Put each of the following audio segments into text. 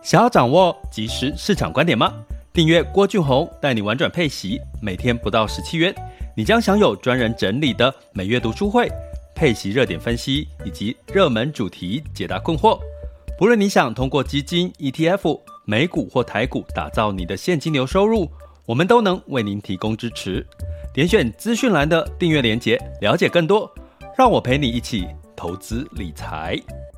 想要掌握即时市场观点吗？订阅郭俊宏带你玩转配息，每天不到17元，你将享有专人整理的每月读书会、配息热点分析以及热门主题解答困惑。不论你想通过基金、ETF、美股或台股打造你的现金流收入，我们都能为您提供支持。点选资讯栏的订阅连结，了解更多。让我陪你一起投资理财。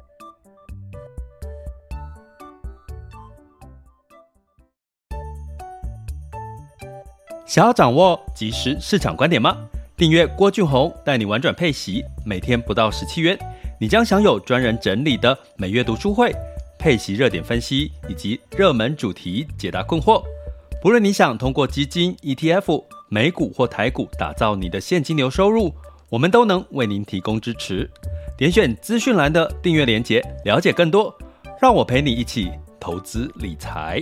想要掌握即时市场观点吗？订阅郭俊宏带你玩转配息，每天不到17元，你将享有专人整理的每月读书会、配息热点分析以及热门主题解答困惑。不论你想通过基金、ETF、美股或台股打造你的现金流收入，我们都能为您提供支持。点选资讯栏的订阅连结，了解更多。让我陪你一起投资理财。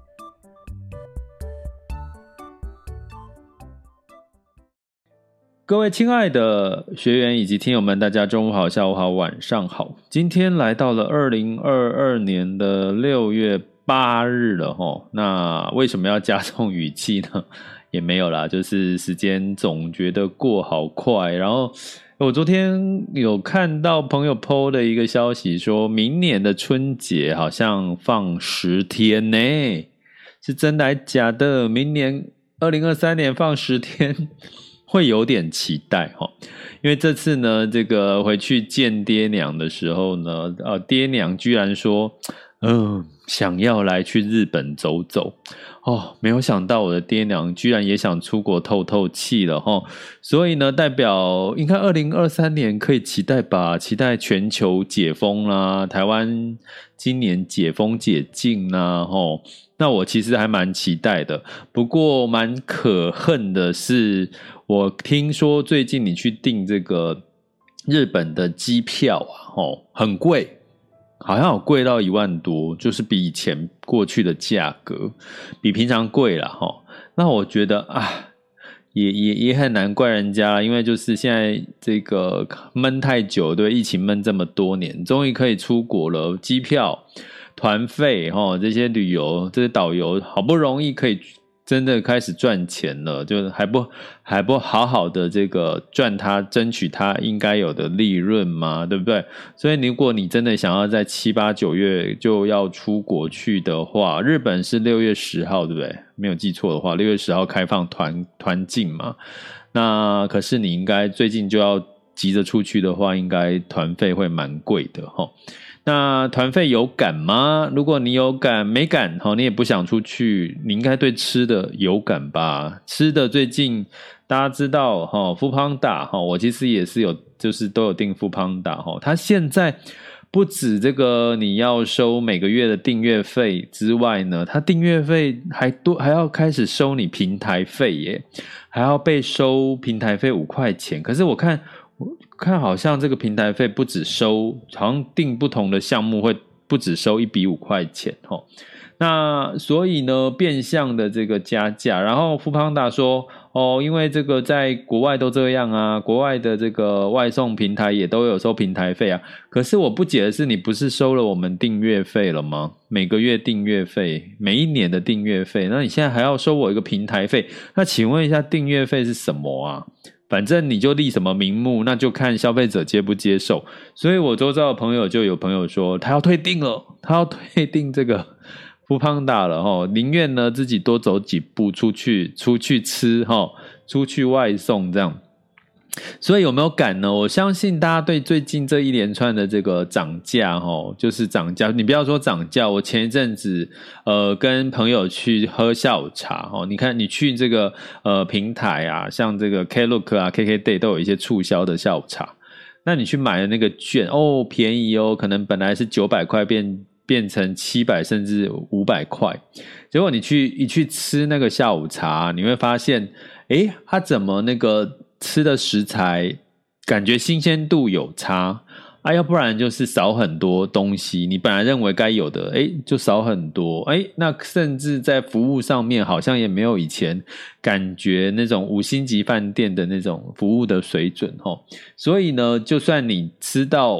各位亲爱的学员以及听友们，大家中午好、下午好、晚上好。今天来到了2022年的6月8日了齁。那为什么要加重语气呢？也没有啦，就是时间总觉得过好快。然后我昨天有看到朋友 po 的一个消息，说明年的春节好像放10天呢，是真的还假的？明年2023年放10天。会有点期待齁，因为这次呢，这个回去见爹娘的时候呢，爹娘居然说，想要来去日本走走哦，没有想到我的爹娘居然也想出国透透气了齁，所以呢，代表应该2023年可以期待吧，期待全球解封啦，台湾今年解封解禁啦齁。那我其实还蛮期待的，不过蛮可恨的是，我听说最近你去订这个日本的机票啊，很贵，好像有贵到1万多，就是比以前过去的价格比平常贵啦那我觉得也很难怪人家，因为就是现在这个闷太久，对，疫情闷这么多年，终于可以出国了，机票团费这些旅游这些导游好不容易可以真的开始赚钱了，就还不好好的这个争取他应该有的利润嘛，对不对？所以如果你真的想要在7、8、9月就要出国去的话，日本是6月10号，对不对？没有记错的话，6月10号开放团进嘛。那可是你应该最近就要急着出去的话，应该团费会蛮贵的齁。那团费有感吗？如果你有感没感你也不想出去，你应该对吃的有感吧？吃的最近大家知道Foodpanda我其实也是有，就是都有订Foodpanda它现在不止这个你要收每个月的订阅费之外呢，它订阅费还要开始收你平台费耶，还要被收平台费5块钱。可是我看好像这个平台费不止收，好像订不同的项目会不止收1笔5块钱那所以呢，变相的这个加价，然后Foodpanda说因为这个在国外都这样啊，国外的这个外送平台也都有收平台费啊。可是我不解的是，你不是收了我们订阅费了吗？每个月订阅费，每一年的订阅费，那你现在还要收我一个平台费？那请问一下，订阅费是什么啊？反正你就立什么名目，那就看消费者接不接受。所以我周遭的朋友就有朋友说，他要退订了，他要退订这个Foodpanda了宁愿呢自己多走几步出去吃出去外送这样。所以有没有感呢？我相信大家对最近这一连串的这个涨价就是涨价，你不要说涨价，我前一阵子跟朋友去喝下午茶你看你去这个平台啊，像这个 Klook 啊 KKday 都有一些促销的下午茶，那你去买的那个券便宜可能本来是900块变成700甚至500块，结果你一去吃那个下午茶，你会发现它怎么那个吃的食材感觉新鲜度有差要不然就是少很多东西，你本来认为该有的就少很多那甚至在服务上面好像也没有以前感觉那种5星级饭店的那种服务的水准所以呢，就算你吃到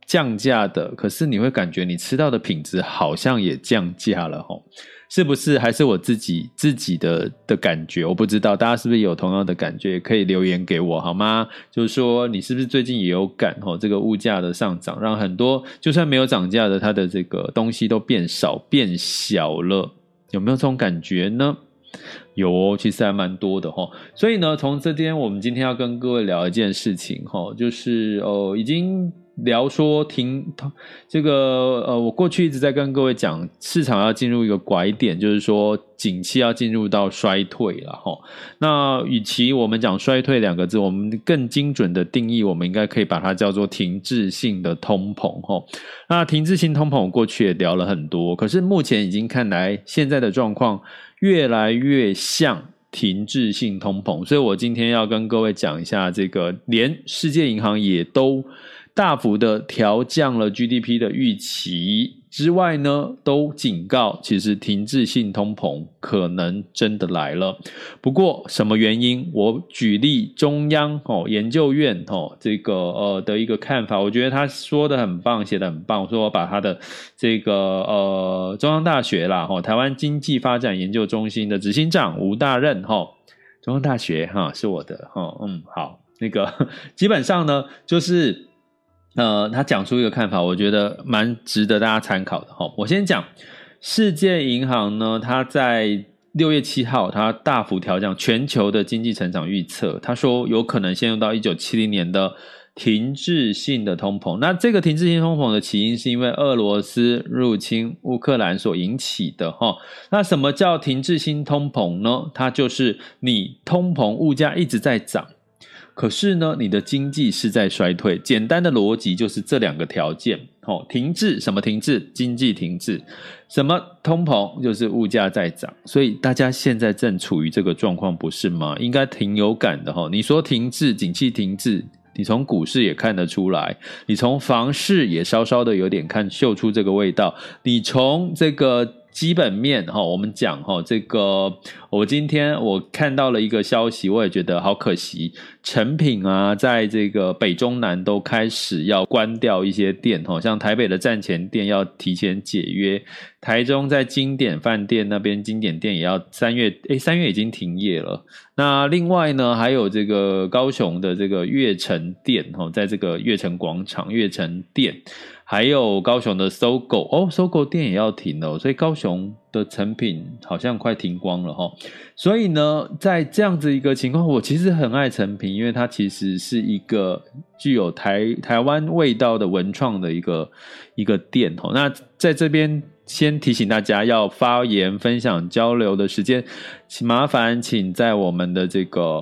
降价的，可是你会感觉你吃到的品质好像也降价了齁，是不是？还是我自己的感觉？我不知道大家是不是有同样的感觉，也可以留言给我好吗？就是说你是不是最近也有感这个物价的上涨，让很多就算没有涨价的它的这个东西都变少变小了，有没有这种感觉呢？有哦，其实还蛮多的齁。所以呢，从这边我们今天要跟各位聊一件事情齁，就是已经聊说这个我过去一直在跟各位讲，市场要进入一个拐点，就是说景气要进入到衰退了齁。那与其我们讲衰退两个字，我们更精准的定义，我们应该可以把它叫做停滞性的通膨齁。那停滞性通膨我过去也聊了很多，可是目前已经看来现在的状况越来越像停滞性通膨，所以我今天要跟各位讲一下这个，连世界银行也都大幅的调降了 GDP 的预期之外呢，都警告其实停滞性通膨可能真的来了。不过什么原因？我举例中央研究院这个的一个看法，我觉得他说的很棒，写的很棒。说我把他的这个中央大学啦台湾经济发展研究中心的执行长吴大任中央大学是我的好，那个基本上呢就是他讲出一个看法，我觉得蛮值得大家参考的我先讲世界银行呢，他在6月7号他大幅调降全球的经济成长预测，他说有可能陷入到1970年的停滞性的通膨。那这个停滞性通膨的起因是因为俄罗斯入侵乌克兰所引起的那什么叫停滞性通膨呢？它就是你通膨物价一直在涨，可是呢你的经济是在衰退，简单的逻辑就是这两个条件停滞，什么停滞？经济停滞。什么通膨？就是物价在涨。所以大家现在正处于这个状况，不是吗？应该挺有感的你说停滞，景气停滞，你从股市也看得出来，你从房市也稍稍的有点嗅出这个味道，你从这个基本面我们讲这个，我今天我看到了一个消息，我也觉得好可惜，诚品啊在这个北中南都开始要关掉一些店像台北的站前店要提前解约，台中在经典饭店那边经典店也要3月已经停业了。那另外呢还有这个高雄的这个悦城店在这个悦城广场悦城店，还有高雄的SOGO 店也要停了，所以高雄的成品好像快停光了所以呢在这样子一个情况，我其实很爱成品，因为它其实是一个具有台湾味道的文创的一个店那在这边先提醒大家，要发言分享交流的时间麻烦请在我们的这个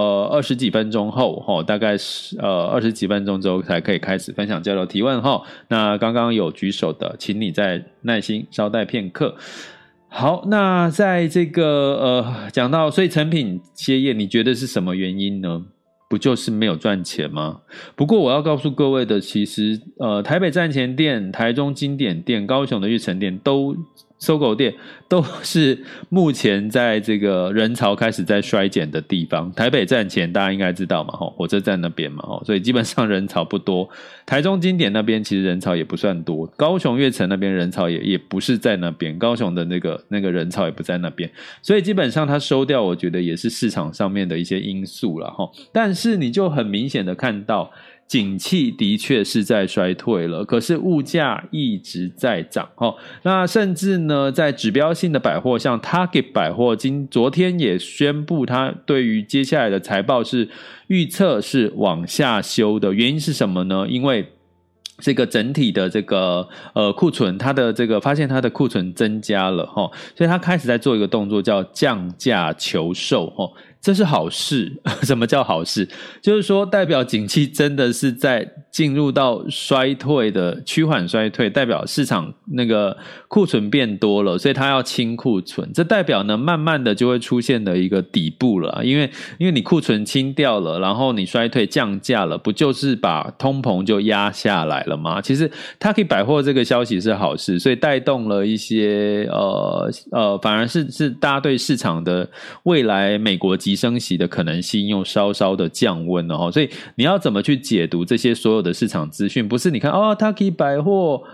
20几分钟后大概20几分钟之后才可以开始分享交流提问那刚刚有举手的请你再耐心稍待片刻。好，那在这个讲到所以成品歇业，你觉得是什么原因呢？不就是没有赚钱吗？不过我要告诉各位的，其实台北站前店、台中经典店、高雄的悦城店都SOGO 店都是目前在这个人潮开始在衰减的地方。台北站前大家应该知道嘛火车站那边嘛所以基本上人潮不多。台中经典那边其实人潮也不算多，高雄悦城那边人潮也不是在那边，高雄的那个人潮也不在那边，所以基本上它收掉我觉得也是市场上面的一些因素啦但是你就很明显的看到景气的确是在衰退了，可是物价一直在涨那甚至呢在指标性的百货像 Target 百货昨天也宣布它对于接下来的财报是预测是往下修的，原因是什么呢？因为这个整体的这个库存，它的这个发现它的库存增加了所以它开始在做一个动作叫降价求售这是好事。什么叫好事？就是说代表景气真的是在进入到衰退的趋缓衰退，代表市场那个库存变多了，所以它要清库存，这代表呢慢慢的就会出现的一个底部了因为你库存清掉了，然后你衰退降价了，不就是把通膨就压下来了吗？其实它可以百货这个消息是好事，所以带动了一些反而是大家对市场的未来美国集期升息的可能性又稍稍的降温了所以你要怎么去解读这些所有的市场资讯？不是你看Target 百货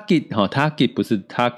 Target 不是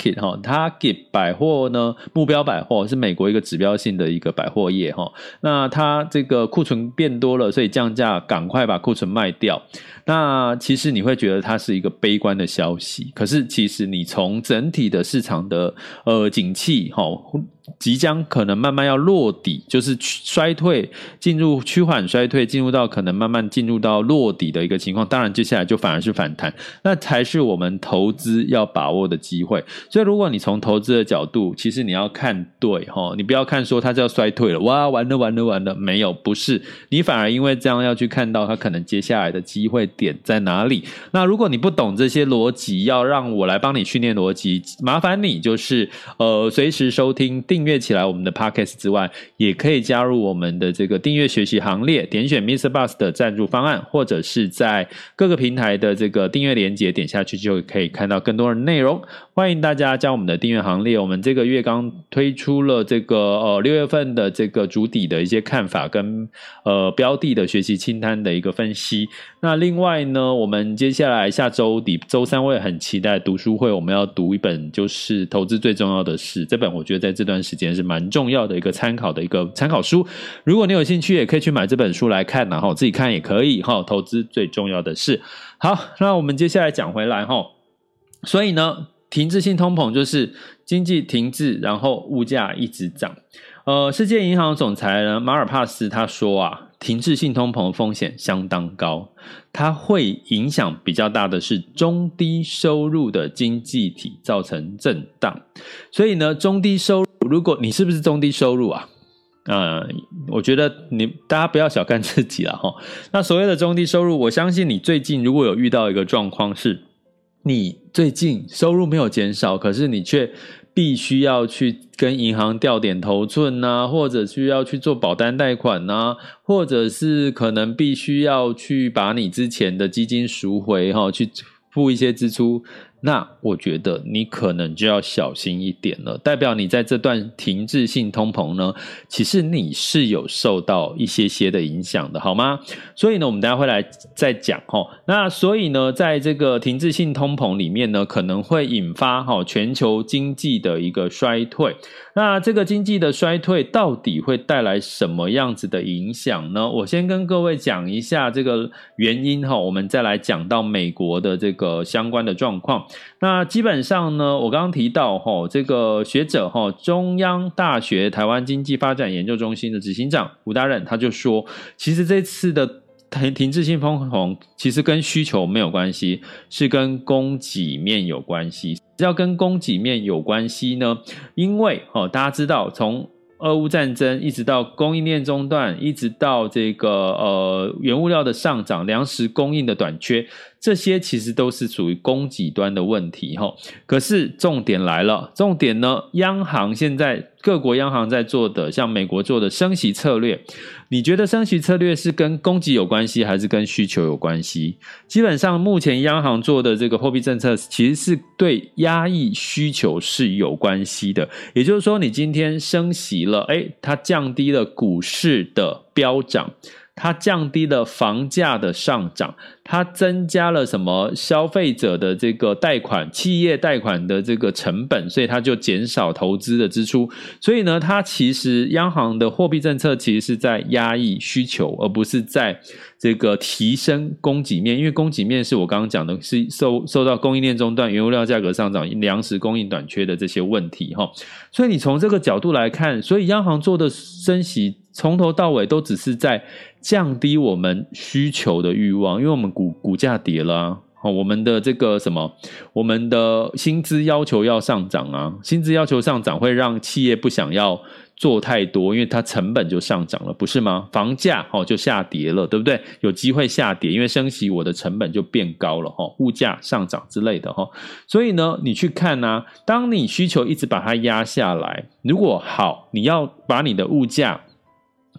Target 百货呢，目标百货是美国一个指标性的一个百货业那它这个库存变多了，所以降价赶快把库存卖掉。那其实你会觉得它是一个悲观的消息，可是其实你从整体的市场的景气即将可能慢慢要落底，就是衰退，进入趋缓衰退，进入到可能慢慢进入到落底的一个情况，当然接下来就反而是反弹，那才是我们投资要把握的机会。所以如果你从投资的角度，其实你要看对你不要看说它就要衰退了，哇完了，没有，不是，你反而因为这样要去看到它可能接下来的机会点在哪里。那如果你不懂这些逻辑，要让我来帮你训练逻辑，麻烦你就是随时收听订阅起来我们的 Podcast 之外，也可以加入我们的这个订阅学习行列，点选 MrBoss 的赞助方案，或者是在各个平台的这个订阅连结点下去就可以看到更多的内容。欢迎大家加入我们的订阅行列。我们这个月刚推出了这个6月份的这个主底的一些看法跟标的的学习清单的一个分析。那另外呢，我们接下来下周底周三我也很期待读书会，我们要读一本就是投资最重要的事，这本我觉得在这段时间是蛮重要的一个参考书。如果你有兴趣也可以去买这本书来看，然后自己看也可以投资最重要的事。好，那我们接下来讲回来所以呢，停滞性通膨就是经济停滞，然后物价一直涨。世界银行总裁呢马尔帕斯他说停滞性通膨的风险相当高，它会影响比较大的是中低收入的经济体，造成震荡。所以呢，中低收入，如果你是不是中低收入我觉得大家不要小看自己啦那所谓的中低收入，我相信你最近如果有遇到一个状况是，你最近收入没有减少，可是你却必须要去跟银行调点头寸或者需要去做保单贷款或者是可能必须要去把你之前的基金赎回去付一些支出，那我觉得你可能就要小心一点了，代表你在这段停滞性通膨呢，其实你是有受到一些的影响的，好吗？所以呢，我们等一下会来再讲那所以呢，在这个停滞性通膨里面呢，可能会引发全球经济的一个衰退。那这个经济的衰退到底会带来什么样子的影响呢？我先跟各位讲一下这个原因我们再来讲到美国的这个相关的状况。那基本上呢，我刚刚提到这个学者中央大学台湾经济发展研究中心的执行长吴大任他就说，其实这次的停滞性通膨其实跟需求没有关系，是跟供给面有关系。要跟供给面有关系呢，因为大家知道从俄乌战争一直到供应链中断，一直到这个原物料的上涨，粮食供应的短缺，这些其实都是属于供给端的问题可是重点来了，重点呢，央行现在各国央行在做的，像美国做的升息策略，你觉得升息策略是跟供给有关系还是跟需求有关系？基本上目前央行做的这个货币政策其实是对压抑需求是有关系的，也就是说你今天升息了，它降低了股市的飙涨，它降低了房价的上涨，它增加了什么消费者的这个贷款，企业贷款的这个成本，所以它就减少投资的支出。所以呢，它其实央行的货币政策其实是在压抑需求，而不是在这个提升供给面，因为供给面是我刚刚讲的是受到供应链中断、原物料价格上涨、粮食供应短缺的这些问题所以你从这个角度来看，所以央行做的升息从头到尾都只是在降低我们需求的欲望，因为我们股价跌了我们的这个我们的薪资要求要上涨薪资要求上涨会让企业不想要做太多，因为它成本就上涨了，不是吗？房价就下跌了，对不对？有机会下跌，因为升息我的成本就变高了物价上涨之类的所以呢，你去看当你需求一直把它压下来，如果好，你要把你的物价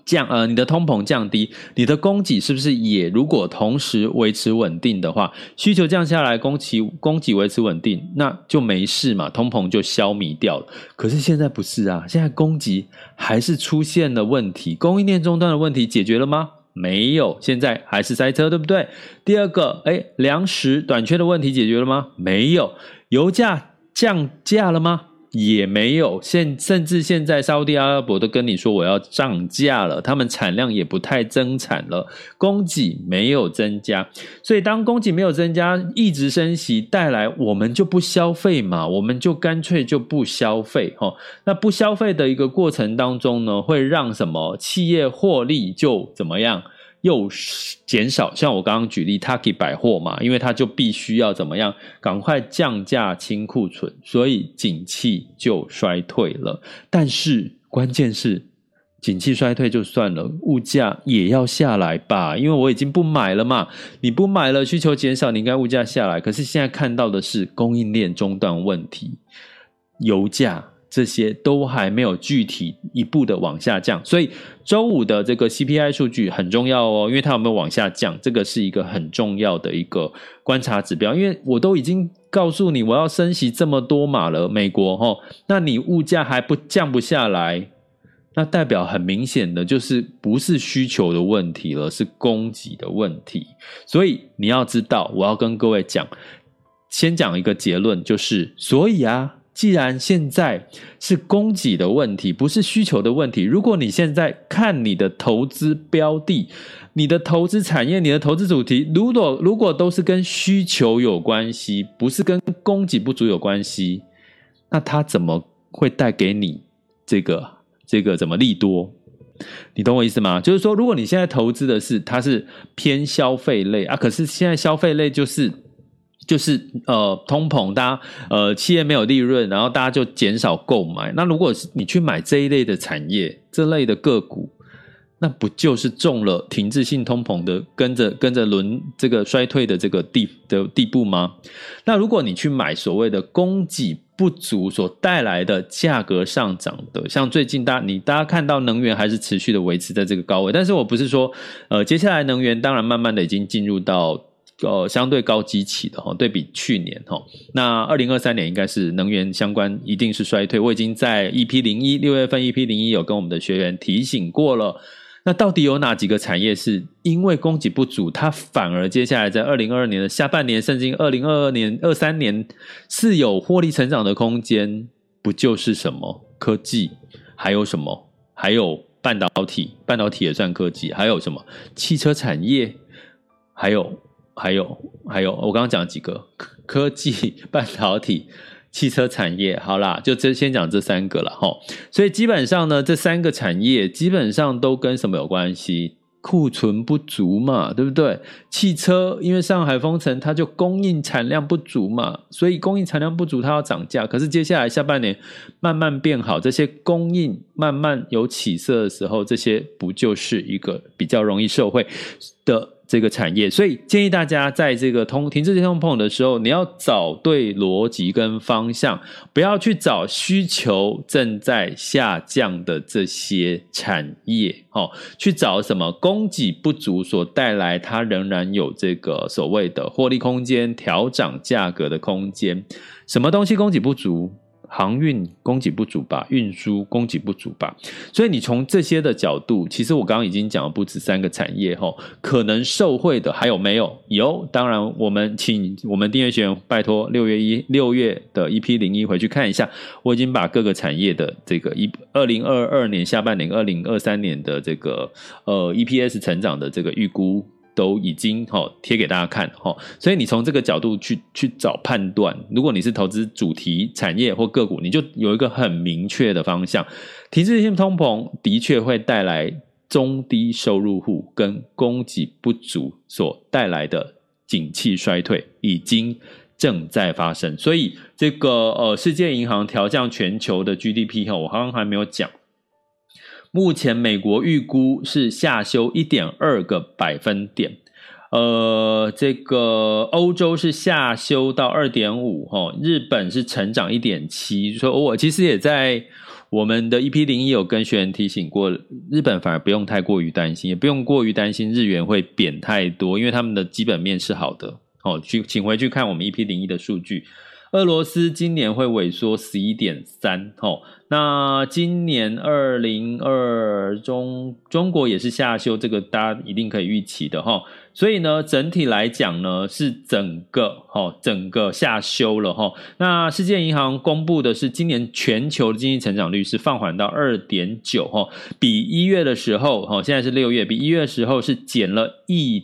你的通膨降低，你的供给是不是也如果同时维持稳定的话，需求降下来，供给维持稳定，那就没事嘛，通膨就消弭掉了。可是现在不是啊，现在供给还是出现了问题，供应链终端的问题解决了吗？没有，现在还是塞车，对不对？第二个，粮食短缺的问题解决了吗？没有。油价降价了吗？也没有，甚至现在沙烏地阿拉伯都跟你说我要涨价了，他们产量也不太增产了，供给没有增加，所以当供给没有增加，一直升息带来我们就不消费嘛，我们就干脆就不消费那不消费的一个过程当中呢，会让什么企业获利就怎么样？又减少，像我刚刚举例 Taki 百货嘛，因为它就必须要怎么样赶快降价清库存，所以景气就衰退了。但是关键是景气衰退就算了，物价也要下来吧，因为我已经不买了嘛，你不买了，需求减少，你应该物价下来。可是现在看到的是供应链中断问题，油价这些都还没有具体一步的往下降，所以周五的这个 CPI 数据很重要哦，因为它有没有往下降，这个是一个很重要的一个观察指标。因为我都已经告诉你我要升息这么多码了，美国那你物价还降不下来，那代表很明显的就是不是需求的问题了，是供给的问题。所以你要知道，我要跟各位讲，先讲一个结论，就是所以啊，既然现在是供给的问题，不是需求的问题，如果你现在看你的投资标的，你的投资产业，你的投资主题，如果都是跟需求有关系，不是跟供给不足有关系，那它怎么会带给你这个怎么利多？你懂我意思吗？就是说，如果你现在投资的是它是偏消费类啊，可是现在消费类就是通膨，大家企业没有利润，然后大家就减少购买。那如果你去买这一类的产业，这类的个股，那不就是中了停滞性通膨的跟着轮这个衰退的这个地步吗？那如果你去买所谓的供给不足所带来的价格上涨的，像最近大家看到能源还是持续的维持在这个高位，但是我不是说接下来能源当然慢慢的已经进入到相对高基期的对比去年那2023年应该是能源相关一定是衰退，我已经在 EP01 6月份 EP01 有跟我们的学员提醒过了。那到底有哪几个产业是因为供给不足，它反而接下来在2022年的下半年甚至2022年23年是有获利成长的空间？不就是什么科技，还有什么，还有半导体也算科技，还有什么汽车产业，还有我刚刚讲几个科技、半导体、汽车产业，好啦，就先讲这三个了所以基本上呢，这三个产业基本上都跟什么有关系？库存不足嘛，对不对？汽车因为上海封城，它就供应产量不足嘛，所以供应产量不足它要涨价，可是接下来下半年慢慢变好，这些供应慢慢有起色的时候，这些不就是一个比较容易受惠的这个产业？所以建议大家在这个停滞性通膨的时候，你要找对逻辑跟方向，不要去找需求正在下降的这些产业去找什么供给不足所带来它仍然有这个所谓的获利空间、调涨价格的空间。什么东西供给不足？航运供给不足吧，运输供给不足吧，所以你从这些的角度，其实我刚刚已经讲了不止三个产业可能受惠的还有没有？有，当然我们请我们订阅学员拜托6月的 EP01 回去看一下，我已经把各个产业的这个2022年下半年2023年的这个EPS 成长的这个预估都已经贴给大家看所以你从这个角度去找判断，如果你是投资主题产业或个股，你就有一个很明确的方向。停滞性通膨的确会带来中低收入户跟供给不足所带来的景气衰退已经正在发生，所以这个世界银行调降全球的 GDP 我刚刚还没有讲，目前美国预估是下修 1.2 个百分点这个欧洲是下修到 2.5 日本是成长 1.7， 所以我其实也在我们的 EP01 有跟学员提醒过，日本反而不用太过于担心，也不用过于担心日元会贬太多，因为他们的基本面是好的。请回去看我们 EP01 的数据。俄罗斯今年会萎缩 11.3%，那今年2022中国也是下修，这个大家一定可以预期的所以呢整体来讲呢是整个下修了那世界银行公布的是今年全球的经济成长率是放缓到 2.9%，比1月的时候现在是6月，比1月的时候是减了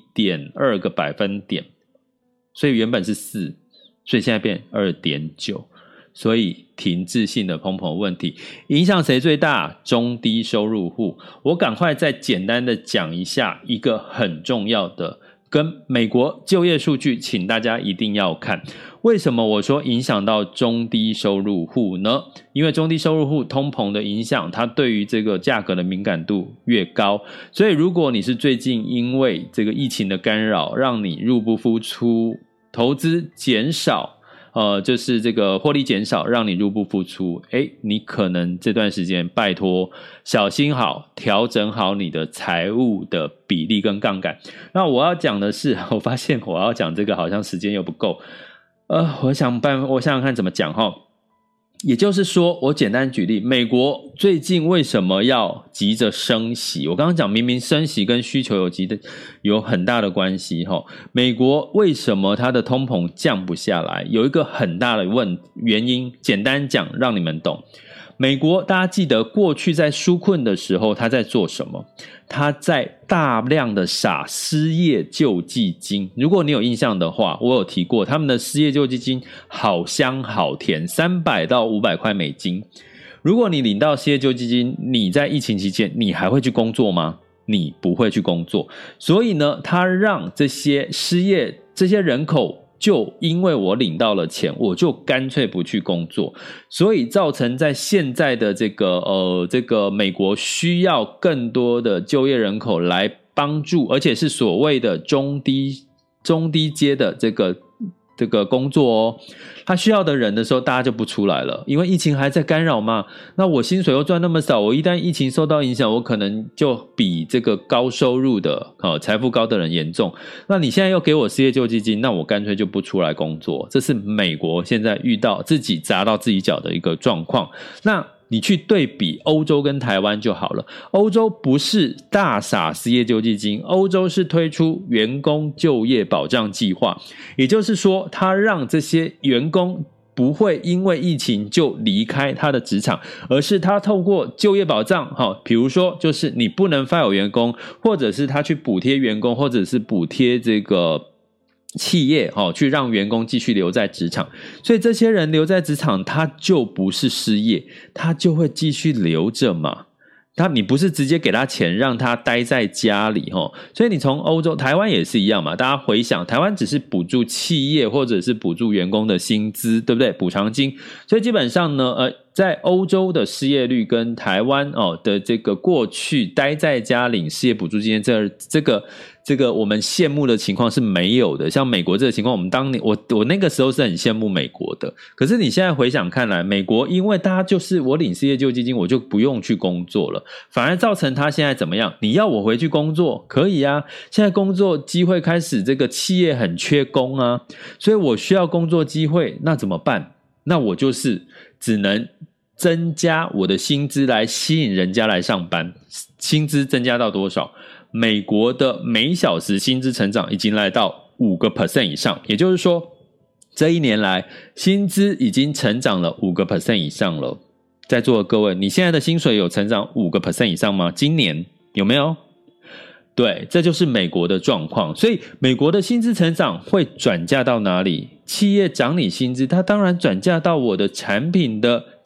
1.2个百分点，所以原本是4，所以现在变 2.9， 所以停滞性的通膨问题影响谁最大？中低收入户。我赶快再简单的讲一下一个很重要的跟美国就业数据，请大家一定要看。为什么我说影响到中低收入户呢？因为中低收入户通膨的影响，它对于这个价格的敏感度越高，所以如果你是最近因为这个疫情的干扰让你入不敷出，投资减少就是这个获利减少让你入不敷出，你可能这段时间拜托小心好，调整好你的财务的比例跟杠杆。那我要讲的是，我发现我要讲这个好像时间又不够，我想想看怎么讲也就是说，我简单举例，美国最近为什么要急着升息？我刚刚讲明明升息跟需求有很大的关系美国为什么它的通膨降不下来？有一个很大的原因，简单讲让你们懂。美国大家记得过去在纾困的时候他在做什么？他在大量的撒失业救济金。如果你有印象的话，我有提过他们的失业救济金好香好甜，300到500块美金。如果你领到失业救济金，你在疫情期间你还会去工作吗？你不会去工作。所以呢，他让这些失业这些人口就因为我领到了钱，我就干脆不去工作，所以造成在现在的这个美国需要更多的就业人口来帮助，而且是所谓的中低阶的这个工作他需要的人的时候，大家就不出来了，因为疫情还在干扰嘛。那我薪水又赚那么少，我一旦疫情受到影响，我可能就比这个高收入的财富高的人严重。那你现在又给我失业救济金，那我干脆就不出来工作。这是美国现在遇到自己砸到自己脚的一个状况。那你去对比欧洲跟台湾就好了。欧洲不是大撒失业救济金，欧洲是推出员工就业保障计划，也就是说他让这些员工不会因为疫情就离开他的职场，而是他透过就业保障比如说就是你不能 fire 员工，或者是他去补贴员工，或者是补贴这个企业去让员工继续留在职场。所以这些人留在职场，他就不是失业，他就会继续留着嘛。你不是直接给他钱让他待在家里所以你从欧洲台湾也是一样嘛。大家回想，台湾只是补助企业或者是补助员工的薪资，对不对？补偿金。所以基本上呢在欧洲的失业率跟台湾的这个过去待在家领失业补助金这个我们羡慕的情况是没有的。像美国这个情况，我们当年我那个时候是很羡慕美国的。可是你现在回想看来，美国因为大家就是我领失业救济金，我就不用去工作了，反而造成他现在怎么样？你要我回去工作可以啊，现在工作机会开始这个企业很缺工啊，所以我需要工作机会，那怎么办？那我就是只能增加我的薪资来吸引人家来上班。薪资增加到多少？美国的每小时薪资成长已经来到 5% 以上，也就是说这一年来薪资已经成长了 5% 以上了。在座的各位，你现在的薪水有成长 5% 以上吗？今年有没有？对，这就是美国的状况。所以美国的薪资成长会转嫁到哪里？企业涨你薪资，它当然转嫁到我的产品的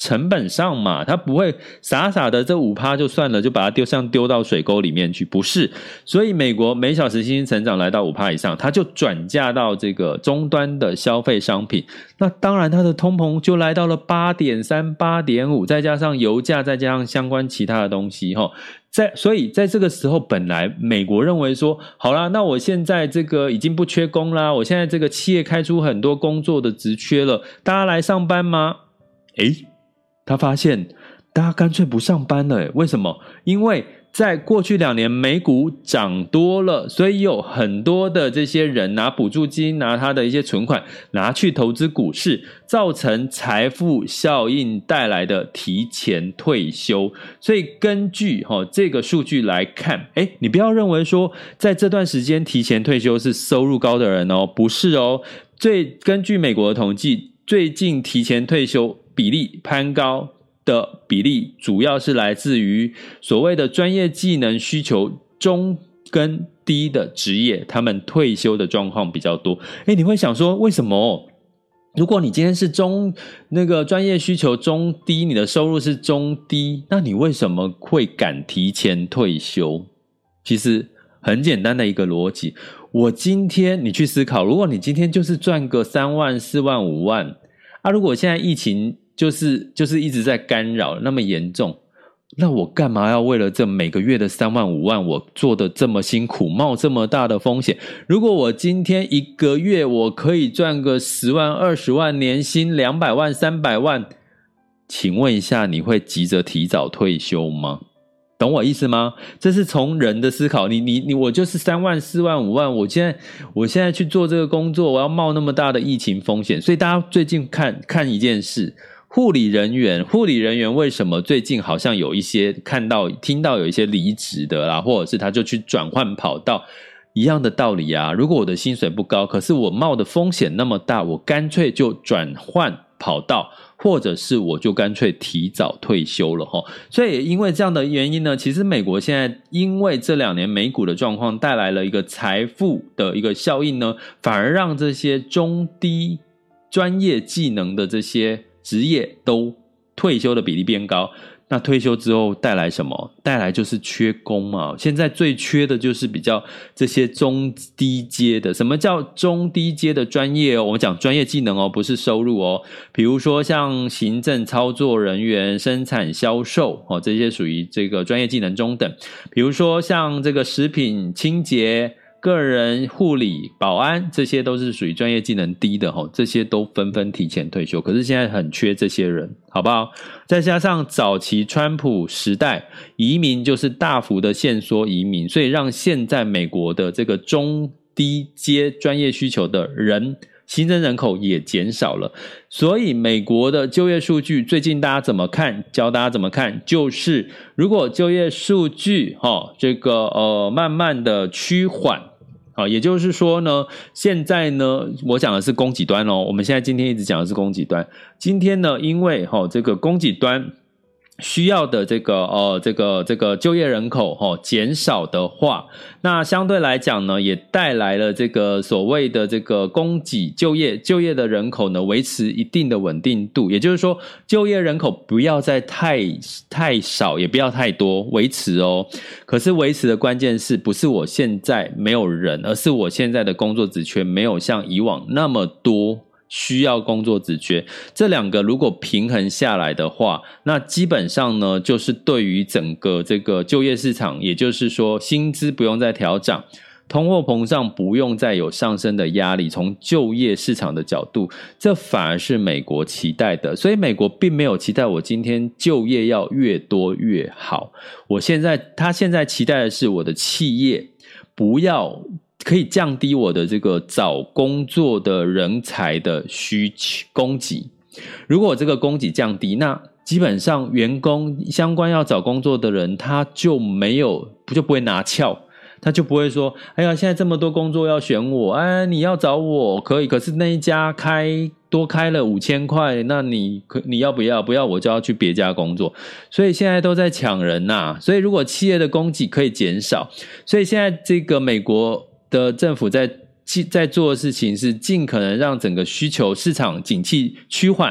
成本上嘛，他不会傻傻的这 5% 就算了，就把它丢到水沟里面去，不是。所以美国每小时薪资成长来到 5% 以上，它就转嫁到这个终端的消费商品，那当然它的通膨就来到了 8.3 8.5， 再加上油价，再加上相关其他的东西所以在这个时候，本来美国认为说，好啦，那我现在这个已经不缺工啦，我现在这个企业开出很多工作的职缺了，大家来上班吗？他发现大家干脆不上班了。为什么？因为在过去2年美股涨多了，所以有很多的这些人拿补助金，拿他的一些存款拿去投资股市，造成财富效应带来的提前退休。所以根据这个数据来看，你不要认为说在这段时间提前退休是收入高的人不是根据美国的统计，最近提前退休比例攀高的比例主要是来自于所谓的专业技能需求中跟低的职业，他们退休的状况比较多。你会想说为什么？如果你今天是那个专业需求中低，你的收入是中低，那你为什么会敢提前退休？其实很简单的一个逻辑，我今天你去思考，如果你今天就是赚个3万4万5万如果现在疫情就是一直在干扰那么严重，那我干嘛要为了这每个月的3万5万我做的这么辛苦，冒这么大的风险？如果我今天一个月我可以赚个10万20万，年薪200万300万，请问一下，你会急着提早退休吗？懂我意思吗？这是从人的思考，我就是3万4万5万，我现在去做这个工作，我要冒那么大的疫情风险。所以大家最近看一件事，护理人员为什么最近好像有一些听到有一些离职的啦，或者是他就去转换跑道，一样的道理啊。如果我的薪水不高，可是我冒的风险那么大，我干脆就转换跑道，或者是我就干脆提早退休了所以也因为这样的原因呢，其实美国现在因为这2年美股的状况带来了一个财富的一个效应呢，反而让这些中低专业技能的这些职业都退休的比例变高。那退休之后带来什么？带来就是缺工嘛。现在最缺的就是比较这些中低阶的。什么叫中低阶的专业我们讲专业技能不是收入比如说像行政操作人员、生产销售这些属于这个专业技能中等。比如说像这个食品清洁、个人护理、保安，这些都是属于专业技能低的这些都纷纷提前退休。可是现在很缺这些人，好不好？再加上早期川普时代移民就是大幅的限缩移民，所以让现在美国的这个中低阶专业需求的人新增人口也减少了。所以美国的就业数据最近大家怎么看？教大家怎么看，就是如果就业数据这个慢慢的趋缓，也就是说呢，现在呢，我讲的是供给端我们现在今天一直讲的是供给端。今天呢，因为这个供给端需要的这个就业人口减少的话，那相对来讲呢，也带来了这个所谓的这个供给就业的人口呢，维持一定的稳定度。也就是说，就业人口不要再太少，也不要太多，维持可是维持的关键是不是我现在没有人，而是我现在的工作职缺没有像以往那么多需要工作职缺。这两个如果平衡下来的话，那基本上呢，就是对于整个这个就业市场，也就是说薪资不用再调涨，通货膨胀不用再有上升的压力，从就业市场的角度，这反而是美国期待的。所以美国并没有期待我今天就业要越多越好，他现在期待的是我的企业不要可以降低我的这个找工作的人才的供给。如果这个供给降低，那基本上员工相关要找工作的人，他就不会拿翘，他就不会说哎呀现在这么多工作要选我，你要找我可以，可是那一家多开了5000块，那你要不要？不要我就要去别家工作。所以现在都在抢人所以如果企业的供给可以减少，所以现在这个美国的政府在做的事情是尽可能让整个需求市场景气趋缓，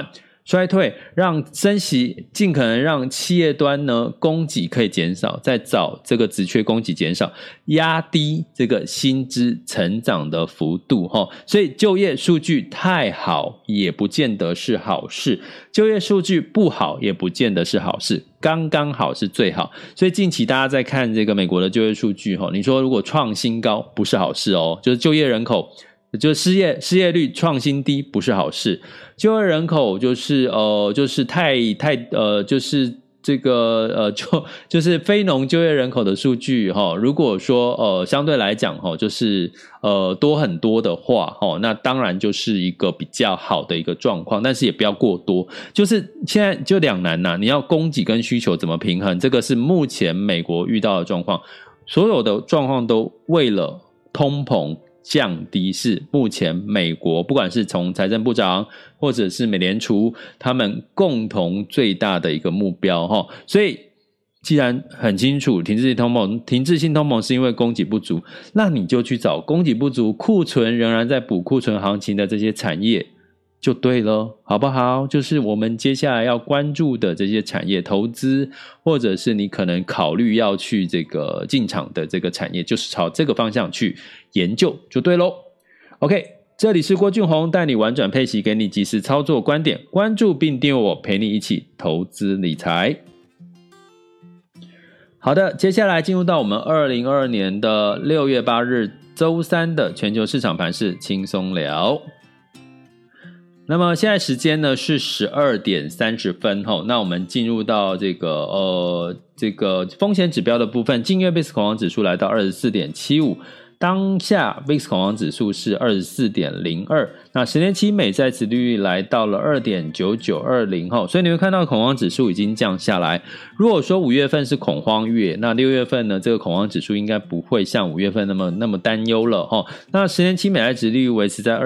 衰退，让升息尽可能让企业端呢供给可以减少，再找这个职缺供给减少，压低这个薪资成长的幅度所以就业数据太好也不见得是好事，就业数据不好也不见得是好事，刚刚好是最好。所以近期大家在看这个美国的就业数据你说如果创新高不是好事就是就业人口就是失业率创新低不是好事，就业人口就是就是这个就是非农就业人口的数据如果说相对来讲就是多很多的话那当然就是一个比较好的一个状况，但是也不要过多，就是现在就两难你要供给跟需求怎么平衡，这个是目前美国遇到的状况，所有的状况都为了通膨降低，是目前美国不管是从财政部长或者是美联储他们共同最大的一个目标所以既然很清楚停滞性通膨是因为供给不足，那你就去找供给不足库存仍然在补库存行情的这些产业就对了，好不好？就是我们接下来要关注的这些产业投资，或者是你可能考虑要去这个进场的这个产业，就是朝这个方向去研究就对咯。 OK， 这里是郭俊宏，带你玩转配息，给你及时操作观点，关注并订阅我，陪你一起投资理财。好的，接下来进入到我们2022年的6月8日周三的全球市场盘势轻松聊。那么现在时间呢是12点30分那我们进入到这个风险指标的部分，近月 VIX 恐慌指数来到 24.75， 当下 VIX 恐慌指数是 24.02， 那10年期美债殖利率来到了 2.9920 所以你会看到恐慌指数已经降下来。如果说5月份是恐慌月，那6月份呢这个恐慌指数应该不会像5月份那么担忧了那10年期美债殖利率维持在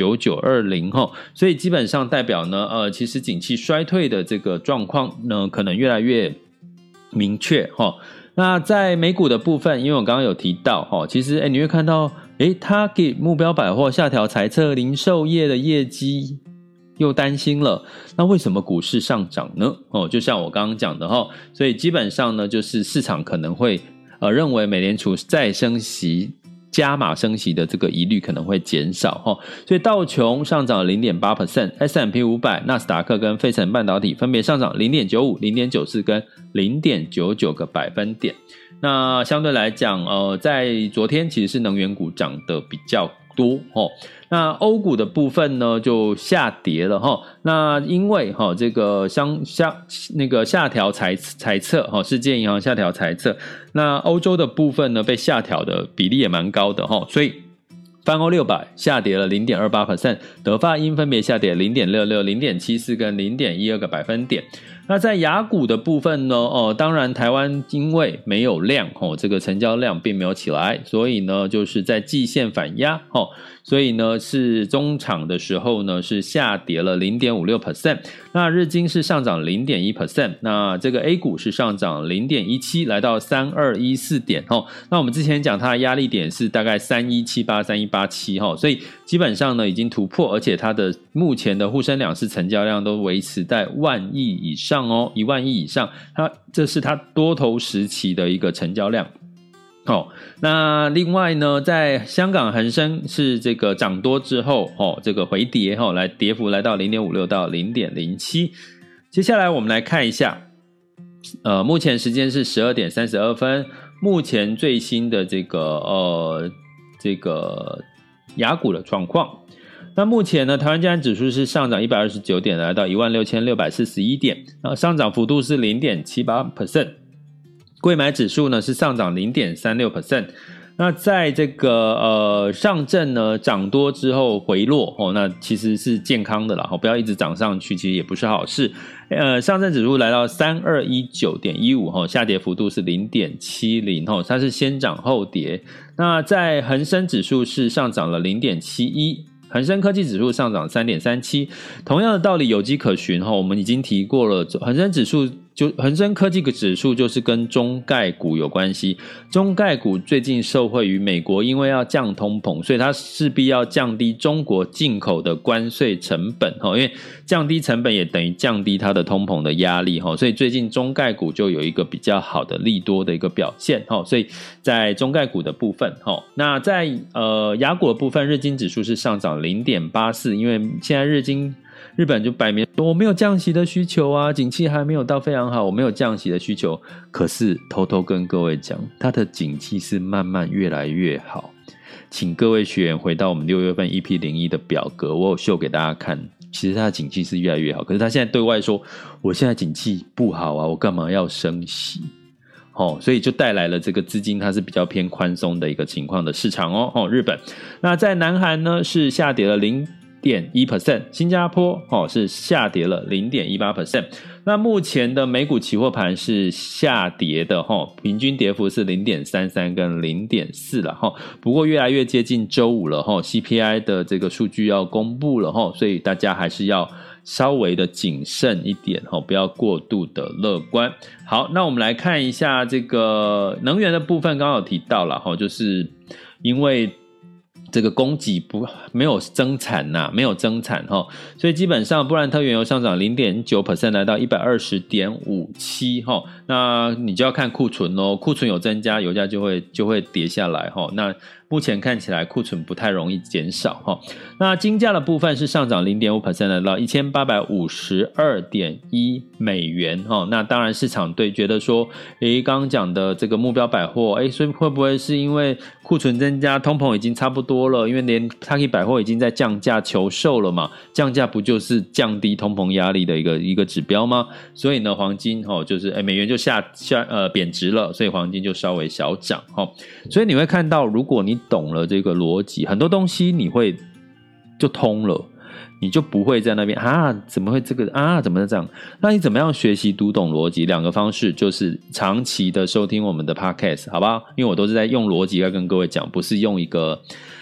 2.9920 所以基本上代表呢其实景气衰退的这个状况呢可能越来越明确那在美股的部分，因为我刚刚有提到其实你会看到他给目标百货下调财测，零售业的业绩又担心了，那为什么股市上涨呢就像我刚刚讲的所以基本上呢就是市场可能会认为美联储再升息加码升息的这个疑虑可能会减少所以道琼上涨 0.8%， S&P 500、纳斯达克跟费城半导体分别上涨 0.95、0.94 跟 0.99 个百分点。那相对来讲在昨天其实是能源股涨得比较多那欧股的部分呢就下跌了那因为这个那个下调财测世界银行下调财测，那欧洲的部分呢被下调的比例也蛮高的所以泛欧600下跌了 0.28%， 德法英分别下跌 0.66、 0.74 跟 0.12 个百分点。那在亚股的部分呢当然台湾因为没有量这个成交量并没有起来，所以呢就是在季线反压所以呢是中场的时候呢是下跌了 0.56%， 那日经是上涨 0.1%， 那这个 A 股是上涨 0.17 来到3214点那我们之前讲它的压力点是大概3178、3187所以基本上呢已经突破，而且它的目前的沪深两市成交量都维持在1亿以上1万亿以上，这是它多头时期的一个成交量那另外呢在香港恒生是这个涨多之后这个回跌来跌幅来到 0.56 到 0.07。 接下来我们来看一下目前时间是12点32分，目前最新的这个亚股的状况。那目前呢台湾加权指数是上涨129点来到 16,641 点上涨幅度是 0.78%，柜买指数呢是上涨 0.36%， 那在这个上证呢涨多之后回落那其实是健康的啦不要一直涨上去，其实也不是好事。上证指数来到 3219.15 下跌幅度是 0.70 它是先涨后跌。那在恒生指数是上涨了 0.71，恒生科技指数上涨 3.37， 同样的道理有迹可循我们已经提过了，恒生指数就恒生科技指数就是跟中概股有关系。中概股最近受惠于美国因为要降通膨，所以它势必要降低中国进口的关税成本，因为降低成本也等于降低它的通膨的压力，所以最近中概股就有一个比较好的利多的一个表现，所以在中概股的部分，那在亚股的部分，日经指数是上涨 0.84， 因为现在日本就摆明说我没有降息的需求啊，景气还没有到非常好，我没有降息的需求。可是偷偷跟各位讲，它的景气是慢慢越来越好。请各位学员回到我们6月份 EP01 的表格，我有秀给大家看，其实它的景气是越来越好。可是它现在对外说我现在景气不好啊，我干嘛要升息？所以就带来了这个资金它是比较偏宽松的一个情况的市场哦。日本，那在南韩呢是下跌了0.1%， 新加坡是下跌了 0.18%。 那目前的美股期货盘是下跌的，平均跌幅是 0.33 跟 0.4 了，不过越来越接近周五了， CPI 的这个数据要公布了，所以大家还是要稍微的谨慎一点，不要过度的乐观。好，那我们来看一下这个能源的部分，刚刚有提到了，就是因为这个供给没有增产没有增产，所以基本上布兰特原油上涨 0.9% 来到 120.57， 那你就要看库存咯，库存有增加，油价就会跌下来，那目前看起来库存不太容易减少。那金价的部分是上涨 0.5% 来到 1852.1 美元，那当然市场觉得说刚刚讲的这个目标百货所以会不会是因为库存增加，通膨已经差不多了，因为连 Taki 百货已经在降价求售了嘛，降价不就是降低通膨压力的一个指标吗？所以呢黄金就是美元就贬值了，所以黄金就稍微小涨。所以你会看到，如果你懂了这个逻辑，很多东西你会就通了，你就不会在那边怎么会这个怎么这样？那你怎么样学习读懂逻辑？两个方式，就是长期的收听我们的 podcast， 好不好？因为我都是在用逻辑在跟各位讲，不是用一个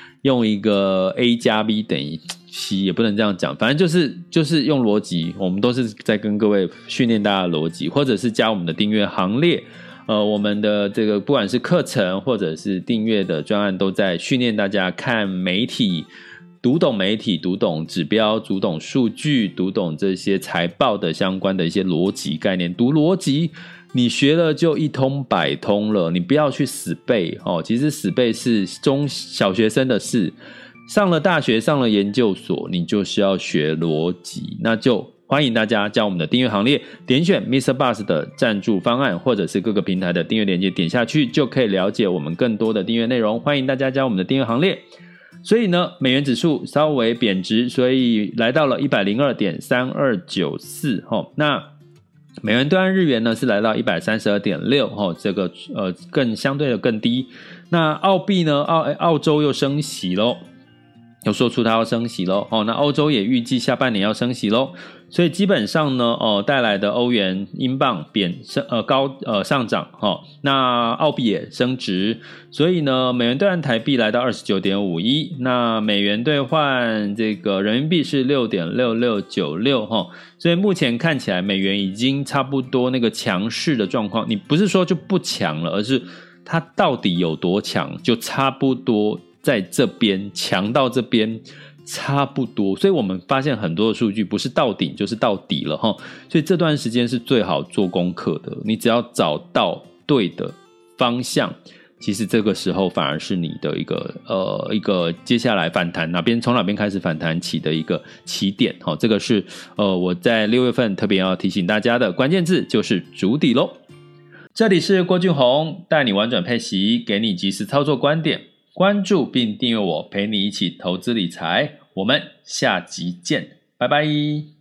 A 加 B 等于 C， 也不能这样讲，反正就是用逻辑，我们都是在跟各位训练大家的逻辑，或者是加我们的订阅行列。我们的这个不管是课程或者是订阅的专案，都在训练大家看媒体，读懂媒体，读懂指标，读懂数据，读懂这些财报的相关的一些逻辑概念。读逻辑你学了就一通百通了，你不要去死背其实死背是小学生的事，上了大学上了研究所，你就是要学逻辑。那就欢迎大家加我们的订阅行列，点选 MrBoss 的赞助方案，或者是各个平台的订阅链接，点下去就可以了解我们更多的订阅内容。欢迎大家加我们的订阅行列。所以呢，美元指数稍微贬值，所以来到了 102.3294， 那美元兑换日元呢是来到 132.6， 这个更相对的更低。那澳币呢，澳洲又升息咯，又说出它要升息咯，那欧洲也预计下半年要升息咯，所以基本上呢带来的欧元英镑上涨，那澳币也升值，所以呢美元兑换台币来到 29.51， 那美元兑换这个人民币是 6.6696， 所以目前看起来美元已经差不多那个强势的状况，你不是说就不强了，而是它到底有多强，就差不多在这边强到这边差不多，所以我们发现很多的数据不是到顶就是到底了齁，所以这段时间是最好做功课的，你只要找到对的方向，其实这个时候反而是你的一个接下来反弹从哪边开始反弹起的一个起点齁，这个是我在6月份特别要提醒大家的关键字就是筑底咯。这里是郭俊宏，带你玩转配息，给你及时操作观点，关注并订阅我，陪你一起投资理财，我们下集见，拜拜。